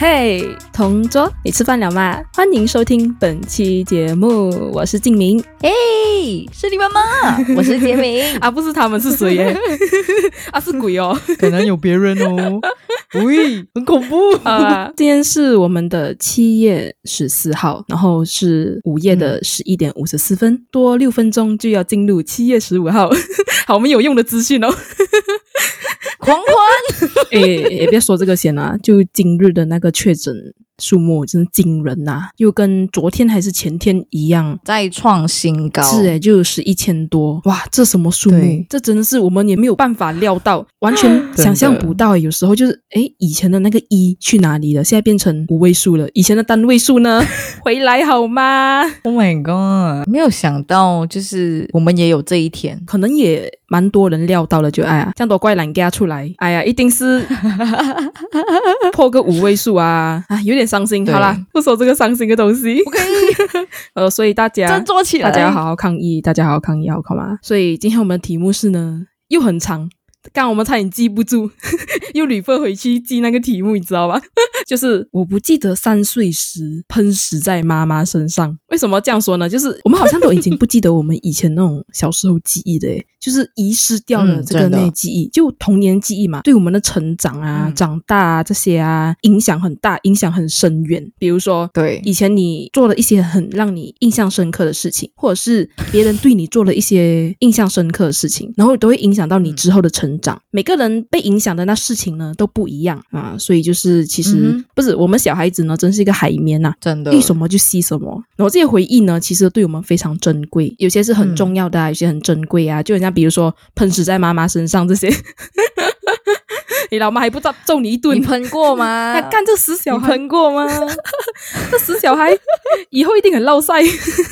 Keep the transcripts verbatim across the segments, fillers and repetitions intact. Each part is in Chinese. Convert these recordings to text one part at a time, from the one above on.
嘿，同桌，你吃饭了吗？欢迎收听本期节目，我是静明。 嘿、hey, 是你妈妈，我是杰明啊，不是他们是谁耶？啊，是鬼哦， 可能有别人哦。喂，很恐怖啊！今天是我们的七月十四号，然后是午夜的十一点五十四分，嗯、多六分钟就要进入七月十五号。好，我们有用的资讯哦。 狂欢！ 诶诶，别说这个先啊，就今日的那个确诊数目真是惊人呐、啊，又跟昨天还是前天一样再创新高。 是诶，就有十一千多，哇，这什么数目？这真的是我们也没有办法料到，完全想象不到。有时候就是诶，以前的那个一去哪里了？现在变成五位数了。以前的单位数呢？回来好吗 ？Oh my god！ 没有想到，就是我们也有这一天， 可能也蛮多人料到了就，就哎呀，这样多怪懒家出来，哎呀，一定是破个五位数啊！啊，有点伤心。好啦，不说这个伤心的东西。 OK， 呃，所以大家振作起来， 大家要好好抗议，大家好好抗议，好好吗？所以今天我们的题目是呢，又很长。刚刚我们差点记不住，又旅费回去记那个题目，你知道吗？就是我不记得三岁时喷屎在妈妈身上。为什么这样说呢？就是我们好像都已经不记得我们以前那种小时候记忆的耶，就是遗失掉了这个那记忆、嗯、就童年记忆嘛，对我们的成长啊、嗯、长大啊这些啊影响很大，影响很深远。比如说，对以前你做了一些很让你印象深刻的事情，或者是别人对你做了一些印象深刻的事情，然后都会影响到你之后的成长。嗯、每个人被影响的那事情呢都不一样啊，所以就是其实、嗯、不是我们小孩子呢真是一个海绵呐、啊， 真的遇什么就吸什么。然后这些回忆呢其实对我们非常珍贵，有些是很重要的啊、嗯、有些很珍贵啊，就很像比如说喷屎在妈妈身上这些你老妈还不知道揍你一顿。 你喷过吗？ 干这死小孩， 你喷过吗？ 这死小孩以后一定很落塞。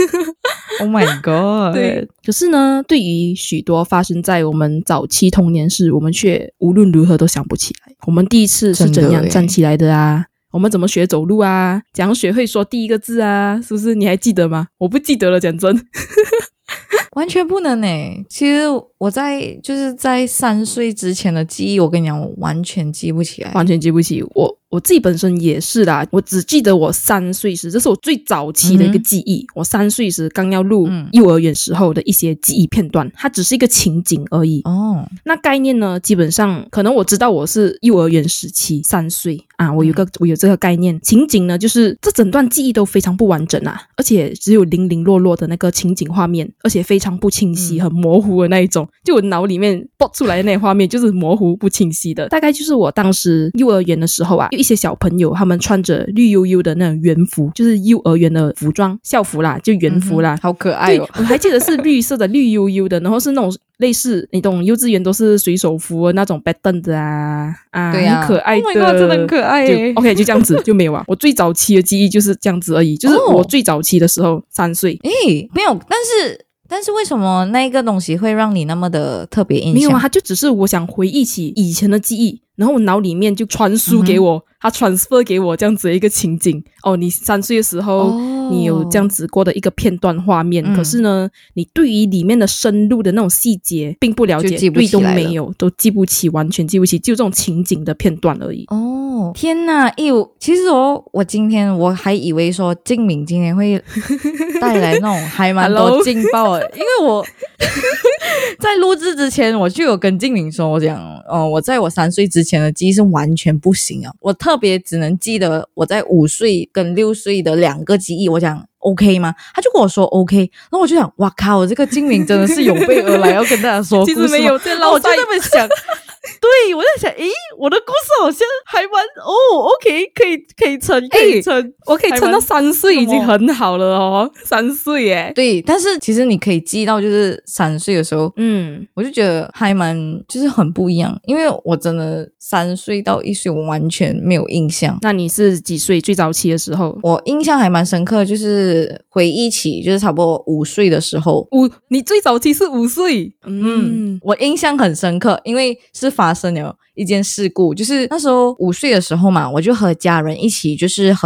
Oh my god！ 对，可是呢，对于许多发生在我们早期童年事，我们却无论如何都想不起来。我们第一次是怎样站起来的啊？我们怎么学走路啊？怎样学会说第一个字啊？是不是？你还记得吗？我不记得了，讲真。 完全不能欸。其实我在就是在三岁之前的记忆，我跟你讲，我完全记不起来， 完全记不起。我我自己本身也是啦，我只记得我三岁时，这是我最早期的一个记忆。嗯、我三岁时刚要入幼儿园时候的一些记忆片段，它只是一个情景而已。哦，那概念呢，基本上可能我知道我是幼儿园时期三岁啊，我有个、嗯、我有这个概念。情景呢，就是这整段记忆都非常不完整啊，而且只有零零落落的那个情景画面，而且非常不清晰、嗯、很模糊的那一种。就我脑里面爆出来的那个画面就是模糊不清晰的。大概就是我当时幼儿园的时候啊，一些小朋友他们穿着绿油油的那种园服，就是幼儿园的服装校服啦，就园服啦、 嗯、好可爱哦。 我还记得是绿色的绿油油的，然后是那种类似你懂幼稚园都是水手服的那种白凳子啊啊， 对啊， 很可爱的。 Oh my god， 真的很可爱耶。 OK， 就这样子就没有啊。我最早期的记忆就是这样子而已，就是我最早期的时候三岁。 诶，没有，但是但是为什么那个东西会让你那么的特别印象？ 没有啊，它就只是我想回忆起以前的记忆，然后我脑里面就传输给我、嗯、它 transfer 给我这样子的一个情景。哦，你三岁的时候、哦、你有这样子过的一个片段画面、嗯、可是呢你对于里面的深入的那种细节并不了解，对，都没有，都记不起，完全记不起，就这种情景的片段而已。 哦，天哪！诶，其实我我今天我还以为说静敏今天会带来那种还蛮多劲爆的因为我在录制之前我就有跟静敏说，我讲哦，我在我三岁之前的记忆是完全不行啊，我特别只能记得我在五岁跟六岁的两个记忆，我讲OK 吗？他就跟我说 OK， 然后我就想，哇靠，这个精明真的是有备而来要跟大家说故事。 其实没有在捞， 我就那么想。对，我在想，诶，我的故事好像还蛮哦 ，OK， 可以可以撑，可以撑， 我可以撑到三岁已经很好了哦，三岁耶。 对，但是其实你可以记到，就是三岁的时候，嗯，我就觉得还蛮就是很不一样，因为我真的三岁到一岁我完全没有印象。 那你是几岁最早期的时候？ 我印象还蛮深刻，就是回忆起就是差不多五岁的时候。 五，你最早期是五岁？ 嗯，我印象很深刻，因为是发生了一件事故，就是那时候五岁的时候嘛，我就和家人一起就是和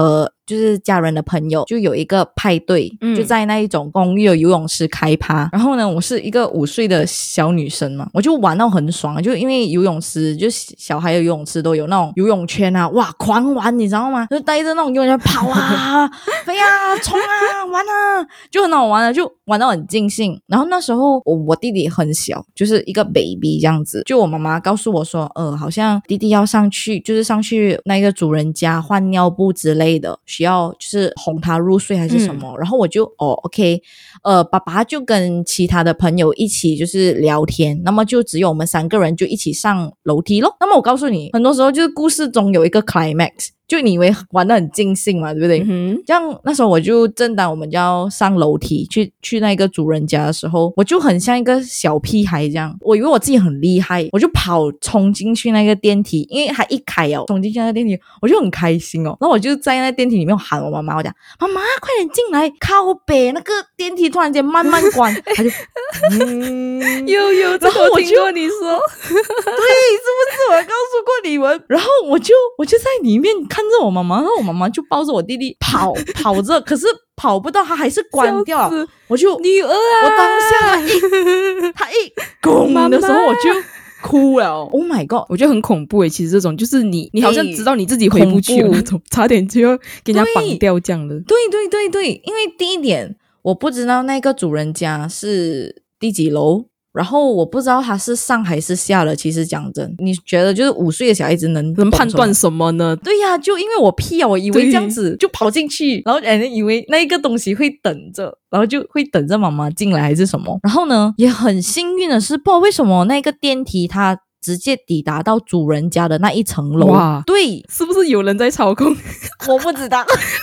就是家人的朋友就有一个派对、嗯、就在那一种公寓的游泳池开趴，然后呢我是一个五岁的小女生嘛，我就玩到很爽，就因为游泳池就小孩的游泳池都有那种游泳圈啊，哇狂玩你知道吗，就带着那种游泳圈跑啊飞啊冲啊玩啊，就很好玩的，就玩到很尽兴。然后那时候我我弟弟很小，就是一个 baby 这样子，就我妈妈告诉我说呃，好像弟弟要上去就是上去那个主人家换尿布之类的，需要就是哄他入睡还是什么、嗯、然后我就哦 OK 呃，爸爸就跟其他的朋友一起就是聊天，那么就只有我们三个人就一起上楼梯咯。那么我告诉你很多时候就是故事中有一个 climax，就你以为玩得很尽兴嘛，对不对、嗯、这样那时候我就正当我们就要上楼梯去去那个主人家的时候，我就很像一个小屁孩这样，我以为我自己很厉害，我就跑冲进去那个电梯，因为它一开哦，冲进去那个电梯我就很开心哦，然后我就在那电梯里面喊我妈妈，我讲妈妈快点进来，靠北那个电梯突然间慢慢关他就嗯有有这个我听过你说对，是不是我告诉过你们，然后我就我就在里面看着我妈妈，然后我妈妈就抱着我弟弟跑跑着，可是跑不到，他还是关掉了。我就女儿啊， 我当下一他一拱的时候我就哭了。Oh my god， 我觉得很恐怖诶。其实这种就是你你好像知道你自己回不去了那种，差点就要给人家绑掉这样的。 对对对对，因为第一点我不知道那个主人家是第几楼，然后我不知道他是上还是下了。其实讲真，你觉得就是五岁的小孩子能能判断什么呢？ 对呀、啊，就因为我屁啊，我以为这样子就跑进去，然后人以为那一个东西会等着，然后就会等着妈妈进来还是什么。然后呢也很幸运的是，不知道为什么那个电梯它直接抵达到主人家的那一层楼。 哇， 对， 是不是有人在操控？ 我不知道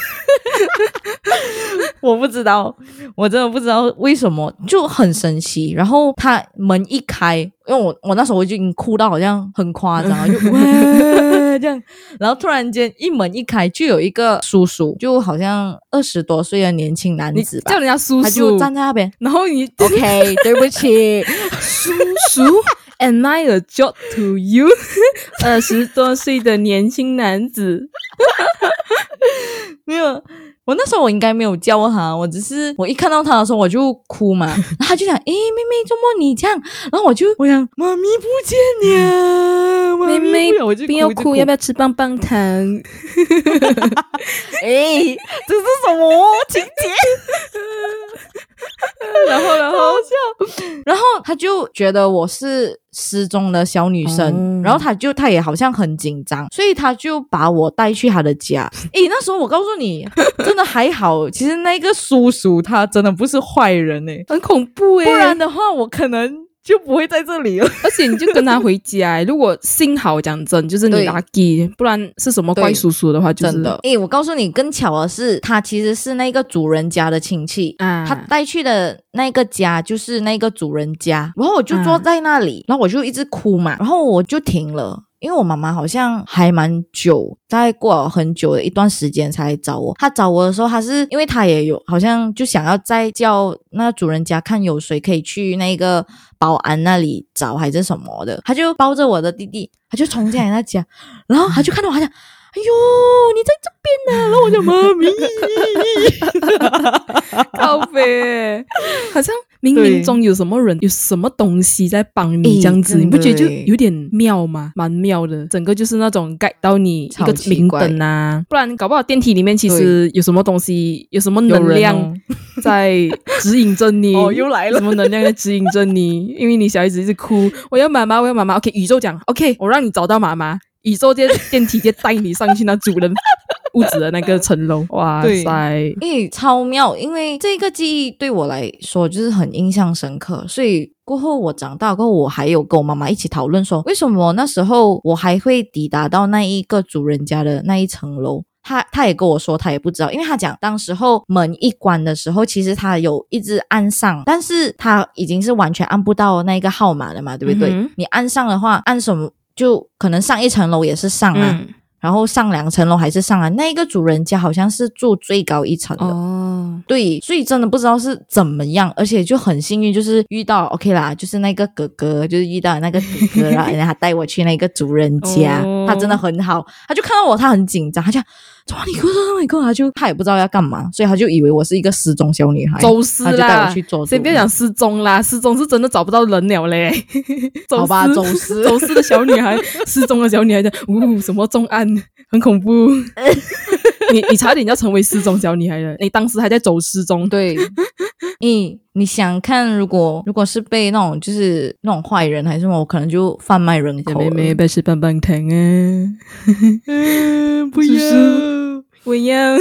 我不知道，我真的不知道为什么，就很神奇。然后他门一开，因为我我那时候我就已经哭到好像很夸张，就哇这样，然后突然间一门一开，就有一个叔叔，就好像二十多岁的年轻男子吧， 叫人家叔叔， 他就站在那边， 然后你 OK 对不起叔叔Am I a joke to you？ 二十多岁的年轻男子没有，我那时候我应该没有叫他，我只是我一看到他的时候我就哭嘛，然后他就讲诶妹妹怎么你这样，然后我就我想妈咪不见了， 妹妹我就不要哭，要不要吃棒棒糖？ 诶这是什么情节？ 然后然后然后他就觉得我是失踪的小女生、哦、然后他就他也好像很紧张，所以他就把我带去他的家。诶那时候我告诉你真的还好，其实那个叔叔他真的不是坏人诶， 很恐怖诶， 不然的话我可能就不会在这里了。 而且你就跟他回家如果幸好讲真就是你 lucky， 不然是什么怪叔叔的话就是真的。诶我告诉你更巧的是他其实是那个主人家的亲戚、啊、他带去的那个家就是那个主人家，然后我就坐在那里、啊、然后我就一直哭嘛，然后我就停了，因为我妈妈好像还蛮久，大概过了很久的一段时间才来找我。她找我的时候，她是因为她也有好像就想要再叫那主人家看有谁可以去那个保安那里找还是什么的，她就抱着我的弟弟，她就冲进来那家，然后她就看到我，她讲哎呦你在这边啊，然后我讲妈咪靠北好像冥冥中有什么人有什么东西在帮你这样子，你不觉得就有点妙吗？蛮妙的，整个就是那种盖到你一个明灯啊，不然搞不好电梯里面其实有什么东西有什么能量在指引着你哦又来了， 什么能量在指引着你因为你小孩子一直哭我要妈妈我要妈妈 OK 宇宙讲 OK 我让你找到妈妈，宇宙电电梯直接带你上去那主人屋子的那个层楼。哇塞， 诶超妙，因为这个记忆对我来说就是很印象深刻，所以过后我长大过后我还有跟我妈妈一起讨论说为什么那时候我还会抵达到那一个主人家的那一层楼。他他也跟我说他也不知道，因为他讲当时候门一关的时候其实他有一直按上，但是他已经是完全按不到那个号码了嘛，对不对、嗯、你按上的话按什么就可能上一层楼也是上啊、嗯，然后上两层楼还是上啊，那个主人家好像是住最高一层的哦，对，所以真的不知道是怎么样，而且就很幸运就是遇到 OK 啦，就是那个哥哥就是遇到那个哥哥然后他带我去那个主人家、哦、他真的很好，他就看到我他很紧张，他就哇你跟我你跟我，他就他也不知道要干嘛，所以他就以为我是一个失踪小女孩， 走失啦， 他就带我去做。 先别讲失踪啦，失踪是真的找不到人了嘞。 好吧，走失走失的小女孩，失踪的小女孩的，呜、哦，什么重案，很恐怖。你你差点要成为失踪小女孩了，你当时还在走失中。 对，你你想看，如果如果是被那种就是那种坏人还是什么，我可能就贩卖人口了。 妹妹不是棒棒糖啊， 嗯，不要， 不要。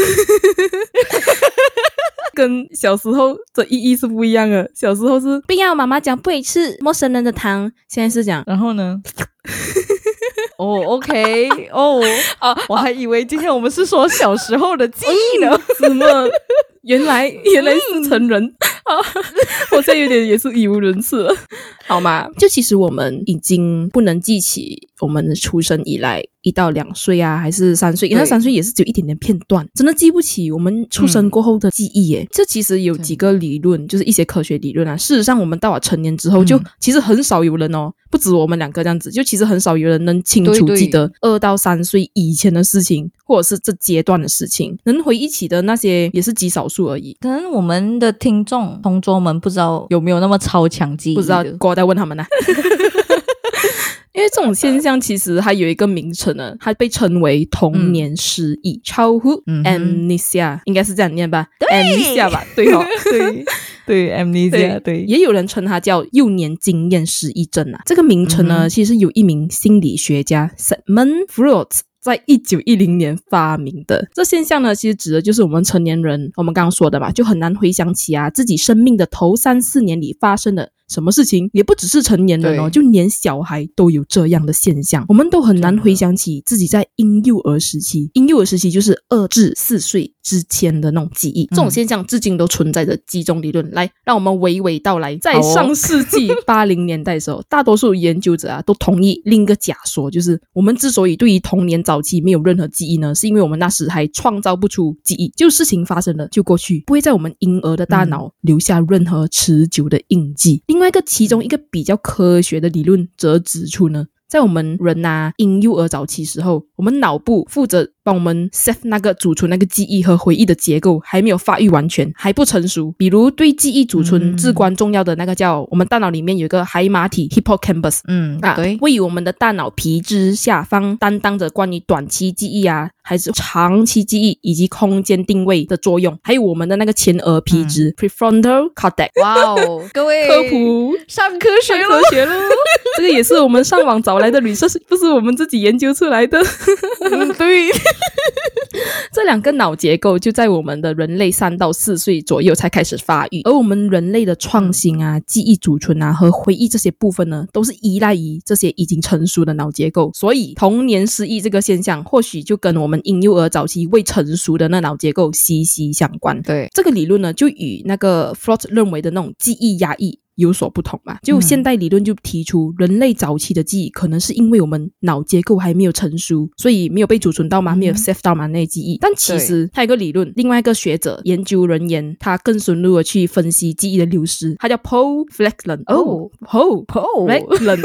跟小时候的意义是不一样的，小时候是不要，妈妈讲不可以吃陌生人的糖，现在是讲， 然后呢？哦、oh, ，OK， 哦、oh, 啊，我还以为今天我们是说小时候的记忆呢， 什么？原来原来是成人啊！我现在有点也是语无伦次了，好吗？就其实我们已经不能记起我们出生以来一到两岁啊，还是三岁，因为三岁也是只有一点点片段，真的记不起我们出生过后的记忆耶。嗯、这其实有几个理论，就是一些科学理论啊。事实上，我们到了成年之后，就其实很少有人哦，不止我们两个这样子，就其实很少有人能清楚记得二到三岁以前的事情，或者是这阶段的事情，能回忆起的那些也是极少数而已。 可能我们的听众同桌们不知道有没有那么超强记忆， 不知道，过来问他们啊。因为这种现象其实还有一个名称呢，它被称为童年失忆、嗯、childhood amnesia、嗯、应该是这样念吧 amnesia 吧，对哦， 对对 amnesia 对， 也有人称它叫幼年经验失忆症啊。这个名称呢、嗯、其实有一名心理学家 Sigmund Freud在一九一零年发明的。这现象呢，其实指的就是我们成年人，我们刚刚说的嘛，就很难回想起啊自己生命的头三四年里发生的什么事情，也不只是成年人哦，就连小孩都有这样的现象。我们都很难回想起自己在婴幼儿时期，婴幼儿时期就是二至四岁之间的那种记忆。这种现象至今都存在着几种理论。来，让我们娓娓道来。在上世纪八零年代的时候，大多数研究者啊都同意另一个假说，就是我们之所以对于童年早期没有任何记忆呢，是因为我们那时还创造不出记忆，就事情发生了就过去，不会在我们婴儿的大脑留下任何持久的印记。另外一个其中一个比较科学的理论则指出呢，在我们人啊婴幼儿早期时候，我们脑部负责帮我们 save 那个储存那个记忆和回忆的结构还没有发育完全，还不成熟。比如对记忆储存至关重要的那个叫我们大脑里面有一个海马体 hippocampus， 嗯啊，对，位于我们的大脑皮质下方，担当着关于短期记忆啊还是长期记忆以及空间定位的作用。还有我们的那个前额皮质、嗯、prefrontal cortex。 哇哦，各位科普上科学了，科学了。这个也是我们上网找来的research，不是我们自己研究出来的。 嗯，对。 这两个脑结构就在我们的人类三到四岁左右才开始发育，而我们人类的创新啊、记忆储存啊和回忆这些部分呢，都是依赖于这些已经成熟的脑结构。所以童年失忆这个现象或许就跟我们婴幼儿早期未成熟的那脑结构息息相关。 对， 这个理论呢就与那个 Freud 认为的那种记忆压抑有所不同嘛。就现代理论就提出、嗯、人类早期的记忆可能是因为我们脑结构还没有成熟，所以没有被储存到嘛、嗯、没有 save 到嘛那些记忆。但其实它有个理论，另外一个学者研究人员他更深入的去分析记忆的流失，他叫 Paul Fleckland。 哦 Paul Paul Fleckland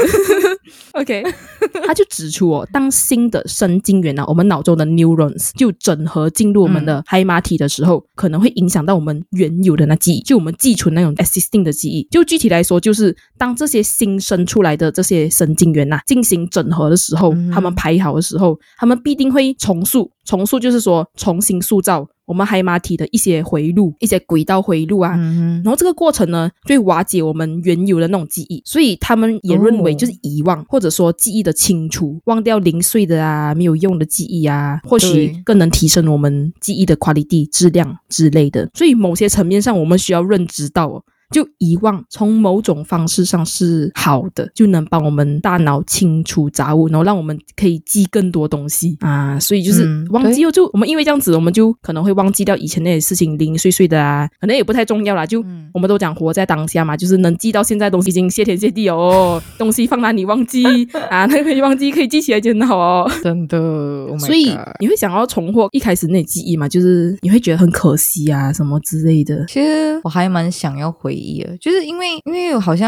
OK 他就指出哦，当新的神经元啊，我们脑中的 neurons 就整合进入我们的海马体的时候、嗯、可能会影响到我们原有的那记忆，就我们寄存那种 existing 的记忆。就具体来说，就是当这些新生出来的这些神经元啊进行整合的时候、嗯、他们排好的时候，他们必定会重塑。重塑就是说重新塑造我们海马体的一些回路，一些轨道回路啊、嗯、然后这个过程呢就会瓦解我们原有的那种记忆。所以他们也认为就是遗忘、哦、或者说记忆的清除，忘掉零碎的啊没有用的记忆啊，或许更能提升我们记忆的 quality 质量之类的。所以某些层面上我们需要认知到哦，就遗忘从某种方式上是好的，就能帮我们大脑清除杂物，然后让我们可以记更多东西啊。所以就是忘记、嗯、就我们因为这样子我们就可能会忘记掉以前那些事情零零碎碎的啊，可能也不太重要啦。就、嗯、我们都讲活在当下嘛，就是能记到现在的东西已经谢天谢地哦。东西放哪里忘记啊，那可以忘记可以记起来就很好哦， 真的、oh、my God。 所以你会想要重获一开始那记忆嘛，就是你会觉得很可惜啊什么之类的。 其实我还蛮想要回就是因为因为好像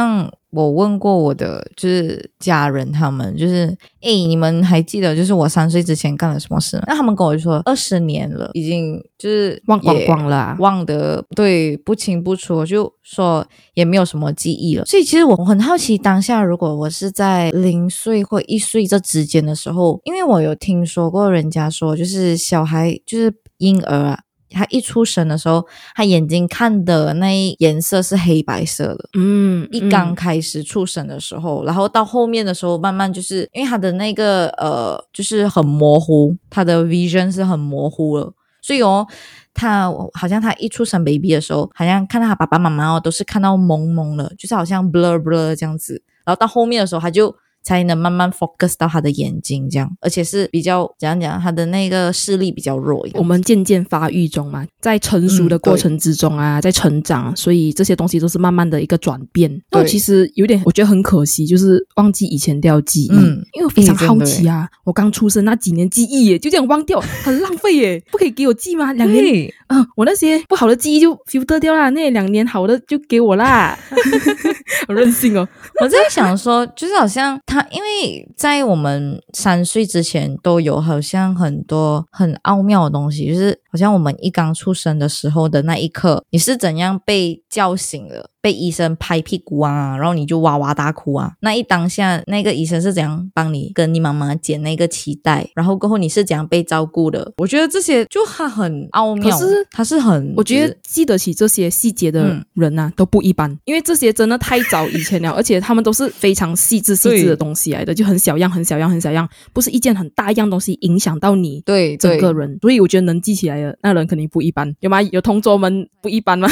我问过我的就是家人，他们就是诶你们还记得就是我三岁之前干了什么事吗？那他们跟我说二十年了，已经就是忘光光了、啊、 忘得对不清不楚，就说也没有什么记忆了。所以其实我很好奇，当下如果我是在零岁或一岁这之间的时候，因为我有听说过人家说就是小孩就是婴儿啊，他一出生的时候他眼睛看的那颜色是黑白色的， 嗯， 一刚开始出生的时候、嗯、然后到后面的时候慢慢就是因为他的那个呃就是很模糊，他的 vision 是很模糊了，所以哦他好像他一出生 baby 的时候好像看到他爸爸妈妈哦都是看到蒙蒙了，就是好像 blur blur 这样子，然后到后面的时候他就才能慢慢 focus 到他的眼睛这样，而且是比较怎样讲他的那个视力比较弱一点。 我们渐渐发育中嘛，在成熟的过程之中啊、嗯、在成长，所以这些东西都是慢慢的一个转变。那我其实有点我觉得很可惜，就是忘记以前掉记忆、嗯、因为我非常好奇啊，我刚出生那几年记忆耶就这样忘掉，很浪费耶不可以给我记吗？两年嗯、呃，我那些不好的记忆就 filter 掉啦，那两年好的就给我啦好任性哦。 我在想说就是好像他因为在我们三岁之前都有好像很多很奥妙的东西，就是好像我们一刚出生的时候的那一刻你是怎样被叫醒了，被医生拍屁股啊，然后你就哇哇大哭啊，那一当下那个医生是怎样帮你跟你妈妈剪那个脐带，然后过后你是怎样被照顾的，我觉得这些就它很奥妙，可是它是很我觉得记得起这些细节的人啊、嗯、都不一般，因为这些真的太早以前了而且他们都是非常细致细致的东西来的，就很小样很小样很小样，不是一件很大一样东西影响到你对整个人，所以我觉得能记起来的那人肯定不一般。有吗？有同桌们不一般吗？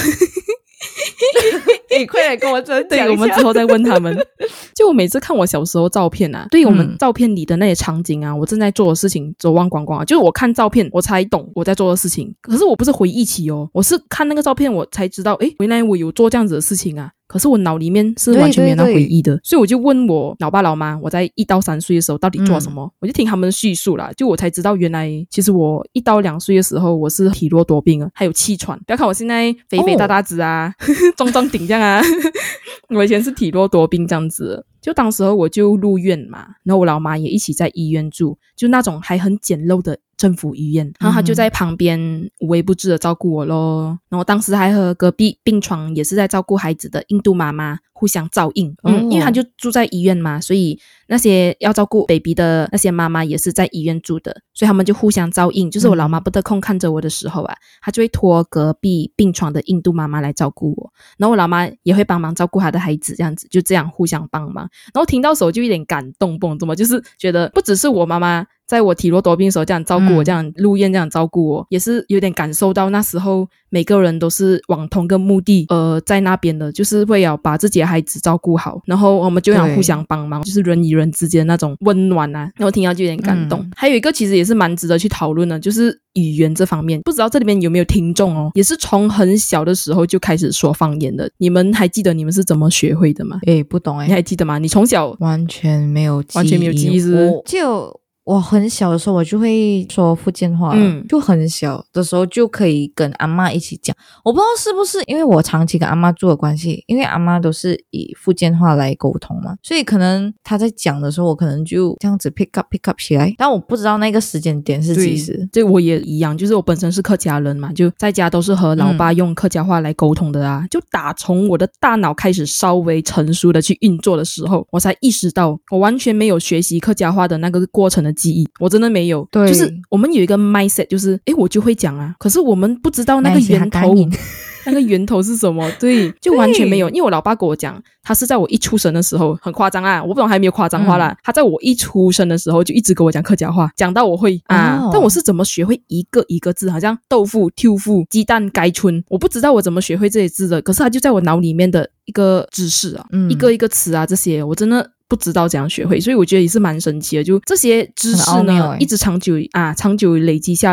你快来跟我讲一下。 对，我们之后再问他们。就我每次看我小时候照片啊，对我们照片里的那些场景啊、嗯、我正在做的事情都忘光光啊，就是我看照片我才懂我在做的事情，可是我不是回忆起哦，我是看那个照片我才知道诶原来我有做这样子的事情啊，可是我脑里面是完全没有那回忆的，对对对，所以我就问我老爸老妈我在一到三岁的时候到底做什么、嗯、我就听他们叙述啦，就我才知道原来其实我一到两岁的时候我是体弱多病啊，还有气喘，不要看我现在肥肥大大子啊、哦、壮壮顶这样啊我以前是体弱多病这样子的，就当时候我就入院嘛，然后我老妈也一起在医院住，就那种还很简陋的政府医院，然后他就在旁边无微不至的照顾我咯，然后当时还和隔壁病床也是在照顾孩子的印度妈妈互相照应、嗯哦、因为他就住在医院嘛，所以那些要照顾 baby 的那些妈妈也是在医院住的，所以他们就互相照应，就是我老妈不得空看着我的时候啊，她就会托隔壁病床的印度妈妈来照顾我，然后我老妈也会帮忙照顾她的孩子，这样子就这样互相帮忙，然后听到时候就有点感动，不懂怎么就是觉得不只是我妈妈在我体弱多病的时候这样照顾我、嗯、这样入院这样照顾我，也是有点感受到那时候每个人都是往同个目的呃在那边的，就是会要把自己的孩子照顾好，然后我们就想互相帮忙，就是人与人之间那种温暖啊，然后听到就有点感动、嗯、还有一个其实也是蛮值得去讨论的，就是语言这方面，不知道这里面有没有听众哦，也是从很小的时候就开始说方言的，你们还记得你们是怎么学会的吗？ 诶不懂诶， 你还记得吗？你从小完全没有记忆， 完全没有记忆是不是？ 就我很小的时候我就会说福建话了、嗯、就很小的时候就可以跟阿嬷一起讲，我不知道是不是因为我长期跟阿嬷住的关系，因为阿嬷都是以福建话来沟通嘛，所以可能她在讲的时候我可能就这样子 pick up pick up 起来，但我不知道那个时间点是几时。 这我也一样，就是我本身是客家人嘛，就在家都是和老爸用客家话来沟通的啊、嗯、就打从我的大脑开始稍微成熟的去运作的时候，我才意识到我完全没有学习客家话的那个过程的记忆，我真的没有。 对， 就是我们有一个 mindset 就是诶我就会讲啊，可是我们不知道那个源头那个源头是什么，对，就完全没有。因为我老爸跟我讲，他是在我一出生的时候，很夸张啊，我不懂还没有夸张话啦、嗯、他在我一出生的时候就一直跟我讲客家话，讲到我会啊、哦、但我是怎么学会一个一个字，好像豆腐、挑腐、鸡蛋、该春，我不知道我怎么学会这些字的，可是他就在我脑里面的一个知识啊、嗯、一个一个词啊，这些我真的不知道怎样学会，所以我觉得也是蛮神奇的，就这些知识呢一直长久啊长久累积下来，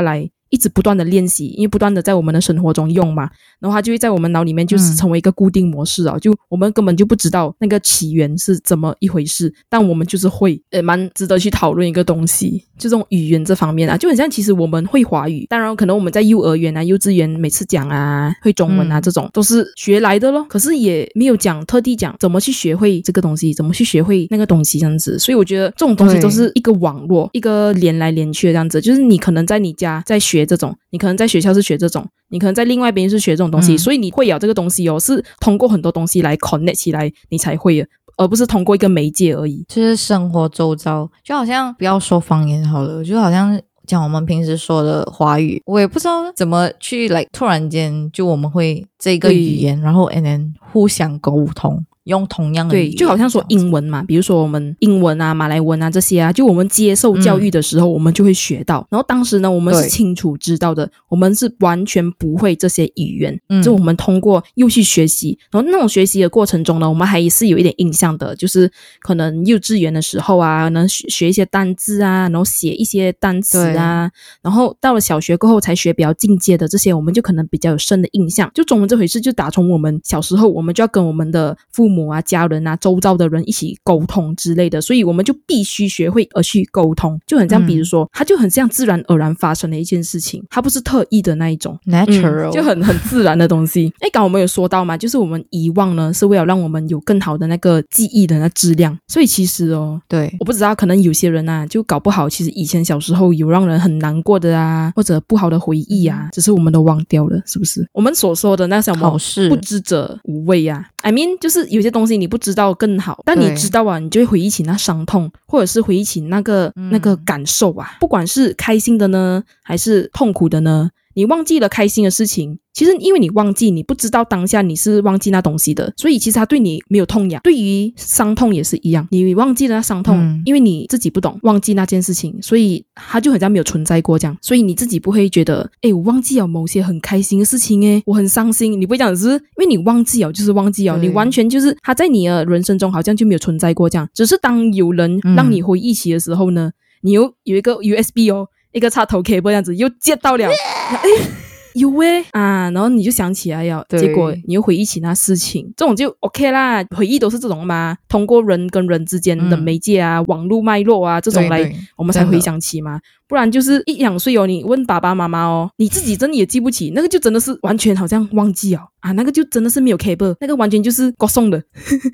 一直不断的练习，因为不断的在我们的生活中用嘛，然后它就会在我们脑里面就是成为一个固定模式啊、嗯、就我们根本就不知道那个起源是怎么一回事，但我们就是会呃蛮值得去讨论一个东西，就这种语言这方面啊，就很像其实我们会华语，当然可能我们在幼儿园啊幼稚园每次讲啊会中文啊、嗯、这种都是学来的咯，可是也没有讲特地讲怎么去学会这个东西，怎么去学会那个东西这样子，所以我觉得这种东西都是一个网络，一个连来连去的这样子，就是你可能在你家在学这种，你可能在学校是学这种，你可能在另外一边是学这种东西、嗯、所以你会有这个东西哦，是通过很多东西来 connect 起来你才会的，而不是通过一个媒介而已。 就是生活周遭，就好像不要说方言好了，就好像讲我们平时说的华语，我也不知道怎么去 like 突然间就我们会这个语言，然后 and then 互相沟通用同样的语言， 对，就好像说英文嘛，比如说我们英文啊马来文啊这些啊，就我们接受教育的时候、嗯、我们就会学到，然后当时呢我们是清楚知道的，我们是完全不会这些语言、嗯、就我们通过又去学习，然后那种学习的过程中呢我们还是有一点印象的，就是可能幼稚园的时候啊能学一些单字啊，然后写一些单词啊，然后到了小学过后才学比较进阶的这些，我们就可能比较有深的印象，就中文这回事就打从我们小时候我们就要跟我们的父母啊家人啊周遭的人一起沟通之类的，所以我们就必须学会而去沟通，就很像比如说、嗯、它就很像自然而然发生的一件事情，它不是特意的那一种 natural、嗯、 就很很自然的东西。诶，刚刚我们有说到嘛，就是我们遗忘呢是为了让我们有更好的那个记忆的那质量，所以其实哦对， 我不知道可能有些人啊就搞不好其实以前小时候有让人很难过的啊或者不好的回忆啊、嗯、只是我们都忘掉了，是不是？我们所说的那什么不知者无畏啊， I mean 就是有些东西你不知道更好，但你知道啊你就会回忆起那伤痛，或者是回忆起那个、嗯、那个感受啊，不管是开心的呢还是痛苦的呢，你忘记了开心的事情，其实因为你忘记，你不知道当下你是忘记那东西的，所以其实它对你没有痛痒。对于伤痛也是一样，你忘记了那伤痛、嗯、因为你自己不懂忘记那件事情，所以它就很像没有存在过这样，所以你自己不会觉得诶我忘记了某些很开心的事情诶我很伤心，你不会这样子，因为你忘记了就是忘记了，你完全就是它在你的人生中好像就没有存在过这样，只是当有人让你回忆起的时候呢、嗯、你又有一个 U S B 哦一个插头 cable 这样子又接到了诶有诶啊，然后你就想起来了，结果你又回忆起那事情，这种就 OK 啦，回忆都是这种嘛，通过人跟人之间的媒介啊、嗯、网络脉络啊这种来我们才回想起嘛，不然就是一两岁哦，你问爸爸妈妈哦，你自己真的也记不起，那个就真的是完全好像忘记了啊，那个就真的是没有 cable， 那个完全就是歌颂的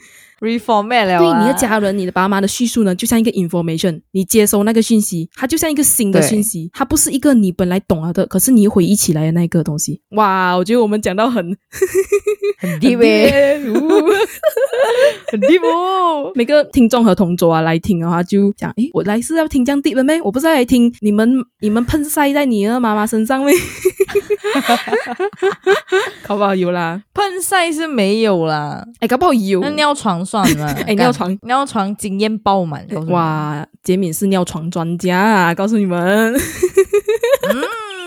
reformat 了、啊、 对你的家人你的爸妈的叙述呢就像一个 information， 你接收那个讯息它就像一个新的讯息，它不是一个你本来懂了的可是你回忆起来的那个东西。哇我觉得我们讲到很很 deep 耶很 deep 哦，每个听众和同桌啊来听的话就讲诶我来是要听这样 deep 的咩，我不是来听你们你们喷晒在你的妈妈身上咩搞不好有啦， 喷晒是没有啦， 诶搞不好有， 那尿床算了诶尿床尿床经验爆满， 哇杰敏是尿床专家啊，告诉你们嗯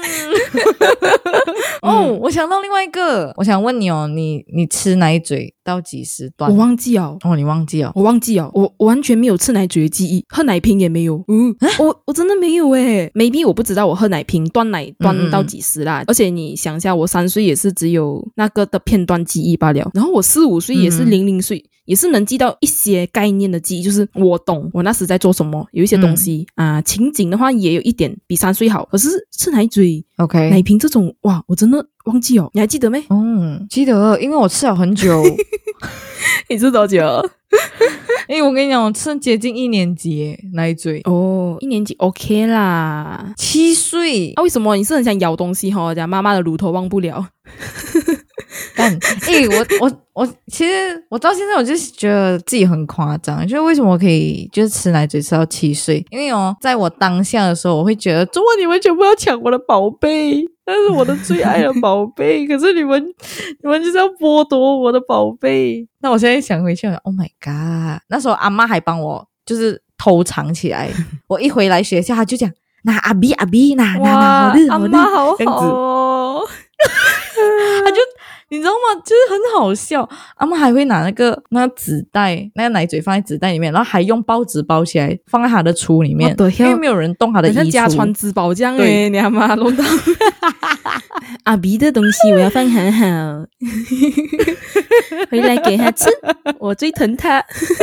哦，我想到另外一个，我想问你哦，你你吃奶嘴到几时断？ 我忘记了。 哦，你忘记了？ 我忘记了，我我完全没有吃奶嘴的记忆，喝奶瓶也没有。嗯，我我真的没有诶 ，maybe 我不知道我喝奶瓶断奶断到几时啦。嗯嗯，而且你想一下，我三岁也是只有那个的片段记忆罢了，然后我四五岁也是零零岁。嗯也是能记到一些概念的记忆，就是我懂我那时在做什么，有一些东西啊、嗯呃，情景的话也有一点比三岁好，可是吃奶嘴 OK 奶瓶这种哇我真的忘记哦，你还记得没？ 嗯，记得，因为我吃了很久你吃多久？ 因为我跟你讲我吃接近一年级奶嘴哦，一年级 OK 啦， 七岁啊？为什么你是很想咬东西齁，讲妈妈的乳头忘不了但诶、欸、我我我其实我到现在我就觉得自己很夸张，就是为什么我可以就是吃奶嘴吃到七岁，因为哦在我当下的时候我会觉得怎么你们全部要抢我的宝贝，那是我的最爱的宝贝可是你们你们就是要剥夺我的宝贝。那我现在想回去 Oh my god， 那时候阿嬷还帮我就是偷藏起来我一回来学校他就讲那阿比阿比那那那好的阿嬷好好哦他就你你知道吗？就是很好笑。阿嬷还会拿那个那个纸袋，那个奶嘴放在纸袋里面，然后还用报纸包起来放在她的橱里面，因为没有人动她的衣橱， 像家传之宝这样诶，你阿妈弄到阿鼻的东西我要放很好回来给他吃，我最疼他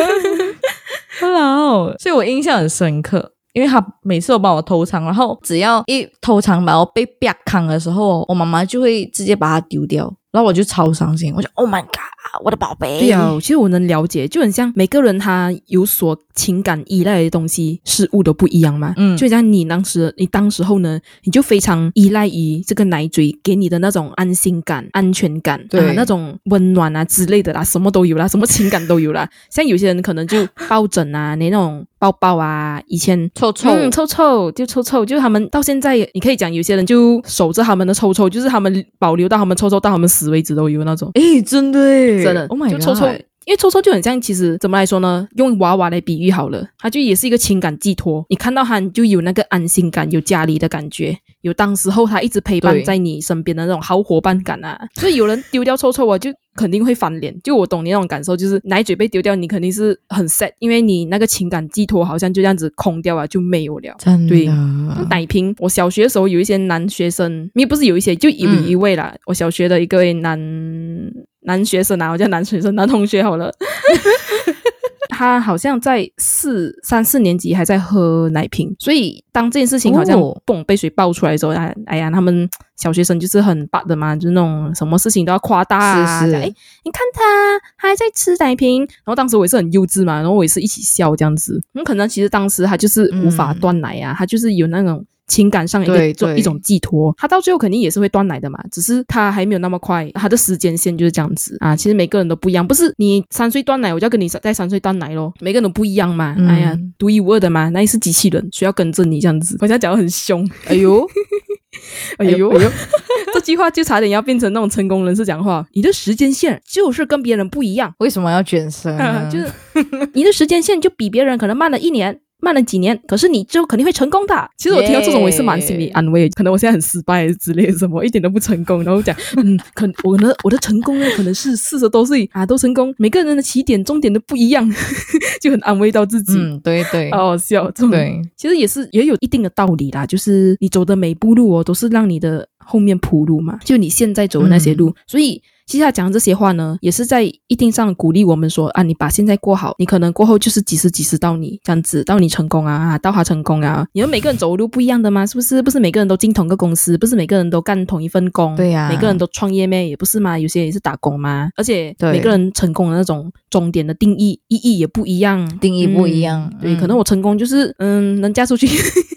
Hello， 所以我印象很深刻，因为他每次都帮我偷藏，然后只要一偷藏把我被啪扛的时候，我妈妈就会直接把它丢掉，然后我就超伤心，我就 Oh my god， 我的宝贝。 对啊，其实我能了解，就很像每个人他有所情感依赖的东西事物都不一样嘛。嗯，就像你当时你当时候呢，你就非常依赖于这个奶嘴给你的那种安心感、安全感，对、啊、那种温暖啊之类的啦，什么都有啦，什么情感都有啦。像有些人可能就抱枕啊，那种抱抱啊，以前臭臭、 嗯、臭臭就臭臭，就是他们到现在你可以讲有些人就守着他们的臭臭，就是他们保留到他们臭臭到他们死为止都有那种。 诶，真的耶， 真的 Oh my god， 就臭臭。因为臭臭就很像，其实怎么来说呢，用娃娃来比喻好了，它就也是一个情感寄托，你看到它就有那个安心感，有家里的感觉，有当时候它一直陪伴在你身边的那种好伙伴感啊。所以有人丢掉臭臭啊，就肯定会翻脸，就我懂你那种感受，就是奶嘴被丢掉，你肯定是很 sad， 因为你那个情感寄托好像就这样子空掉啊，就没有了。 真的。 对，奶瓶，我小学的时候有一些男学生，也不是有一些，就有一位啦、嗯、我小学的一个男男学生啊，我叫男学生男同学好了他好像在四三四年级还在喝奶瓶，所以当这件事情好像嘣被水爆出来的时候，哎、哦、呀，他们小学生就是很霸的嘛，就是那种什么事情都要夸大啊，是是，哎，你看他他还在吃奶瓶，然后当时我也是很幼稚嘛，然后我也是一起笑这样子，嗯，可能其实当时他就是无法断奶啊，嗯、他就是有那种情感上一个对对一种寄托，他到最后肯定也是会断奶的嘛，只是他还没有那么快，他的时间线就是这样子啊。其实每个人都不一样，不是你三岁断奶我就要跟你在三岁断奶咯，每个人都不一样嘛、嗯、哎呀，独一无二的嘛，那也是机器人，谁要跟着你这样子，我现在讲得很凶，哎呦哎呦哎呦这句话就差点要变成那种成功人士讲话，你的时间线就是跟别人不一样， 为什么要卷舌呢、 啊、就是你的时间线就比别人可能慢了一年慢了几年，可是你之后肯定会成功的。其实我听到这种我也是蛮心理安慰，可能我现在很失败之类的什么，一点都不成功，然后讲嗯，可我的我的成功呢，可能是四十多岁啊都成功，每个人的起点终点都不一样，就很安慰到自己。 嗯，对对， 好好笑。这种对，其实也是也有一定的道理啦，就是你走的每步路哦，都是让你的后面铺路嘛，就你现在走的那些路，嗯、所以。其实他讲这些话呢，也是在一定上鼓励我们说啊，你把现在过好，你可能过后就是几时几时到你这样子，到你成功啊，到他成功啊。你们每个人走的路不一样的吗？是不是？不是每个人都进同个公司，不是每个人都干同一份工， 对呀、啊， 每个人都创业咩？也不是嘛，有些人也是打工嘛。而且每个人成功的那种终点的定义意义也不一样， 定义不一样。 嗯、对、嗯，可能我成功就是嗯，能嫁出去。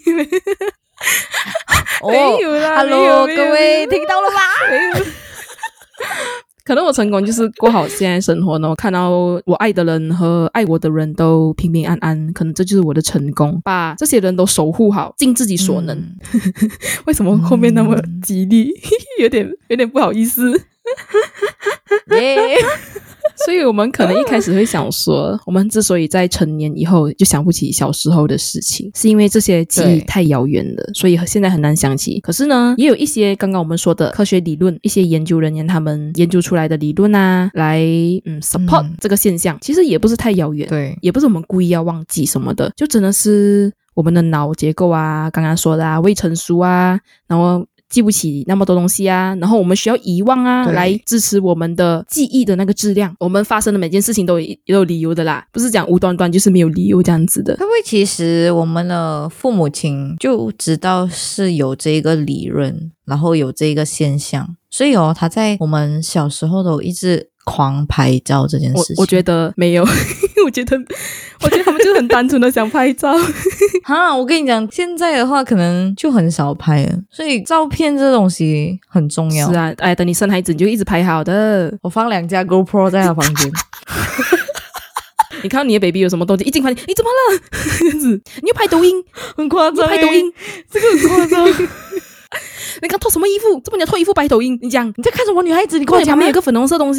哦、没有啦 ，Hello， 各位听到了吧？ 可能我成功就是过好现在生活呢，我看到我爱的人和爱我的人都平平安安，可能这就是我的成功，把这些人都守护好，尽自己所能。嗯、为什么后面那么激励？嗯、有点有点不好意思。Yeah. 所以我们可能一开始会想说，我们之所以在成年以后就想不起小时候的事情，是因为这些记忆太遥远了，所以现在很难想起。可是呢，也有一些刚刚我们说的科学理论，一些研究人员他们研究出来的理论啊，来嗯 support、嗯、这个现象，其实也不是太遥远， 对， 也不是我们故意要忘记什么的，就真的是我们的脑结构啊，刚刚说的啊，未成熟啊，然后记不起那么多东西啊，然后我们需要遗忘啊，来支持我们的记忆的那个质量。我们发生的每件事情都有有理由的啦，不是讲无端端就是没有理由这样子的。 会不会其实我们的父母亲就知道是有这个理论，然后有这个现象，所以哦，他在我们小时候都一直狂拍照这件事情。 我, 我觉得没有我觉得我觉得他们就很单纯的想拍照哈，我跟你讲，现在的话可能就很少拍了，所以照片这东西很重要。 是啊，哎，等你生孩子你就一直拍好的。 我放两架 GoPro 在他房间你看到你的 baby 有什么东西，一进房间，你怎么了这样子，你又拍抖音， 很夸张、欸、 拍抖音， 这个很夸张你刚脱什么衣服？这么你要脱衣服拍抖音？你讲你在看什么女孩子？你跟我讲， 旁边有个粉红色东西了，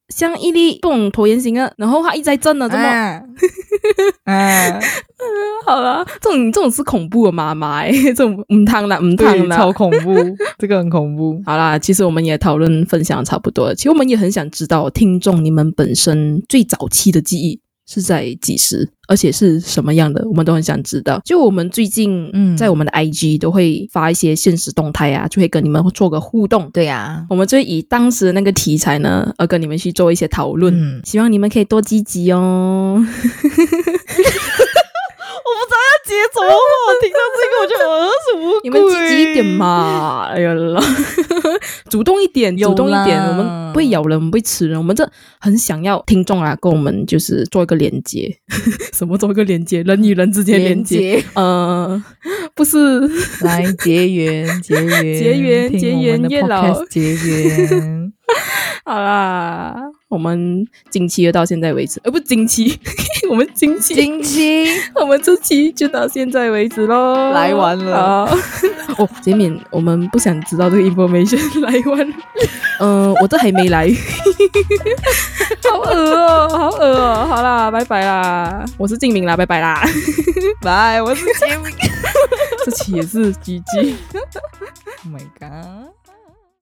像一粒这种椭圆形的，然后它一直在震的，怎么？ 啊啊好啦，这种这种是恐怖的妈妈欸，这种唔汤啦唔汤啦， 超恐怖，这个很恐怖。 好啦，其实我们也讨论分享差不多了，其实我们也很想知道听众你们本身最早期的记忆是在几时，而且是什么样的，我们都很想知道。就我们最近嗯在我们的 I G 都会发一些现实动态啊，就会跟你们做个互动。 对呀、啊， 我们就会以当时的那个题材呢，而跟你们去做一些讨论、 嗯、 希望你们可以多积极哦。 我不知道要接什么话，听到这个我就呃什么鬼？ 你们积极一点嘛！哎呀啦，主动一点，主动一点。我们不会咬人，我们不会吃人，我们这很想要听众啊，跟我们就是做一个连接。什么做一个连接？人与人之间连接？呃，不是， 来结缘，结缘， 结缘，结缘，月老， 结缘。 好啦，我们近期就到现在为止，呃，不近期，我们近期， 近期， 我们这期就到现在为止咯。 来完了。 哦，杰敏，我们不想知道这个 information， 来完了。嗯、呃，我这还没来，好恶哦，好恶哦。好啦，拜拜啦，我是静明啦，拜拜啦， 拜，我是杰敏。 这期也是 G G。 Oh my god。